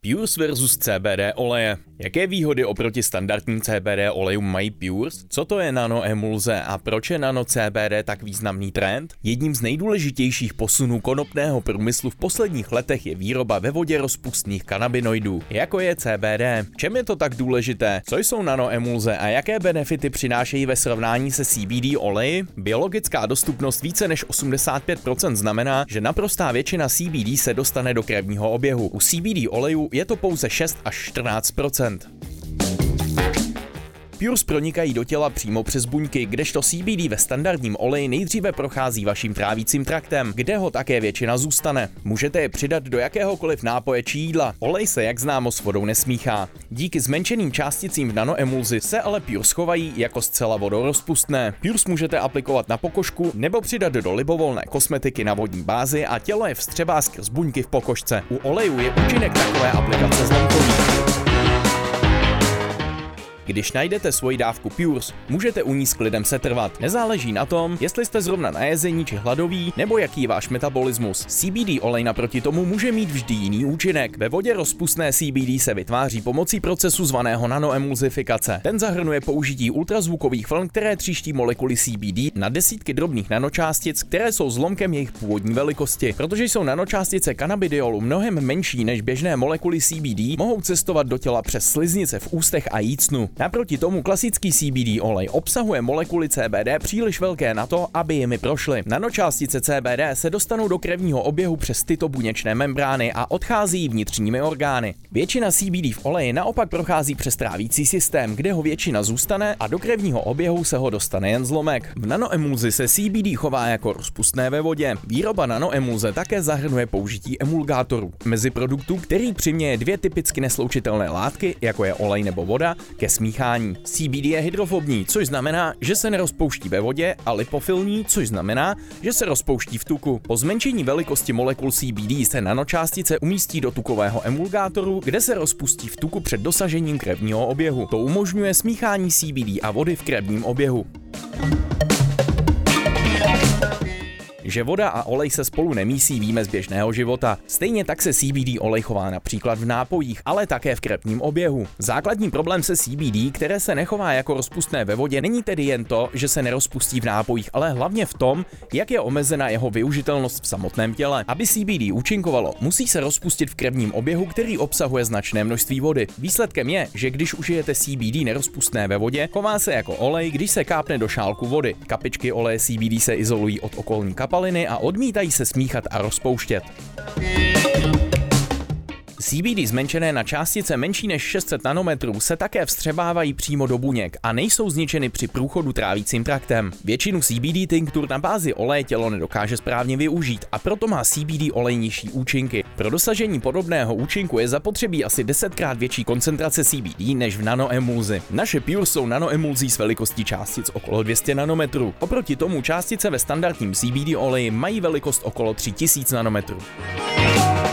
Pures versus CBD oleje. Jaké výhody oproti standardním CBD olejům mají Pures? Co to je nanoemulze a proč je nano CBD tak významný trend? Jedním z nejdůležitějších posunů konopného průmyslu v posledních letech je výroba ve vodě rozpustných kanabinoidů, jako je CBD. Čem je to tak důležité? Co jsou nanoemulze a jaké benefity přinášejí ve srovnání se CBD oleji? Biologická dostupnost více než 85% znamená, že naprostá většina CBD se dostane do krevního oběhu. U CBD olejů je to pouze 6 až 14%. Pures pronikají do těla přímo přes buňky, kdežto CBD ve standardním oleji nejdříve prochází vaším trávicím traktem, kde ho také většina zůstane. Můžete je přidat do jakéhokoliv nápoje či jídla. Olej se, jak známo, s vodou nesmíchá. Díky zmenšeným částicím v nanoemulzi se ale Pures chovají jako zcela vodorozpustné. Pures můžete aplikovat na pokožku nebo přidat do libovolné kosmetiky na vodní bázi a tělo je vstřebá skrz buňky v pokožce. U olejů je účinek takové aplikace zlomkový. Když najdete svoji dávku Pures, můžete u ní s klidem setrvat. Nezáleží na tom, jestli jste zrovna najezení či hladový, nebo jaký je váš metabolismus. CBD olej naproti tomu může mít vždy jiný účinek. Ve vodě rozpustné CBD se vytváří pomocí procesu zvaného nanoemulzifikace. Ten zahrnuje použití ultrazvukových vln, které tříští molekuly CBD na desítky drobných nanočástic, které jsou zlomkem jejich původní velikosti. Protože jsou nanočástice cannabidiolu mnohem menší než běžné molekuly CBD, mohou cestovat do těla přes sliznice v ústech a jícnu. Naproti tomu klasický CBD olej obsahuje molekuly CBD příliš velké na to, aby jimi prošly. Nanočástice CBD se dostanou do krevního oběhu přes tyto buněčné membrány a odchází vnitřními orgány. Většina CBD v oleji naopak prochází přes trávící systém, kde ho většina zůstane a do krevního oběhu se ho dostane jen zlomek. V nanoemulzi se CBD chová jako rozpustné ve vodě. Výroba nanoemulze také zahrnuje použití emulgátorů. Mezi produktů, který přiměje dvě typicky nesloučitelné látky, jako je olej nebo voda, ke smíchání. CBD je hydrofobní, což znamená, že se nerozpouští ve vodě, a lipofilní, což znamená, že se rozpouští v tuku. Po zmenšení velikosti molekul CBD se nanočástice umístí do tukového emulgátoru, kde se rozpustí v tuku před dosažením krevního oběhu. To umožňuje smíchání CBD a vody v krevním oběhu. Že voda a olej se spolu nemísí, víme z běžného života. Stejně tak se CBD olej chová například v nápojích, ale také v krevním oběhu. Základní problém se CBD, které se nechová jako rozpustné ve vodě, není tedy jen to, že se nerozpustí v nápojích, ale hlavně v tom, jak je omezena jeho využitelnost v samotném těle. Aby CBD účinkovalo, musí se rozpustit v krevním oběhu, který obsahuje značné množství vody. Výsledkem je, že když užijete CBD nerozpustné ve vodě, chová se jako olej, když se kápne do šálku vody. Kapičky oleje CBD se izolují od okolní kapaliny a odmítají se smíchat a rozpouštět. CBD zmenšené na částice menší než 600 nanometrů se také vstřebávají přímo do buněk a nejsou zničeny při průchodu trávicím traktem. Většinu CBD tinktur na bázi oleje tělo nedokáže správně využít a proto má CBD olej nižší účinky. Pro dosažení podobného účinku je zapotřebí asi 10krát větší koncentrace CBD než v nanoemulzi. Naše Pures jsou nanoemulzí s velikostí částic okolo 200 nanometrů. Oproti tomu částice ve standardním CBD oleji mají velikost okolo 3000 nanometrů.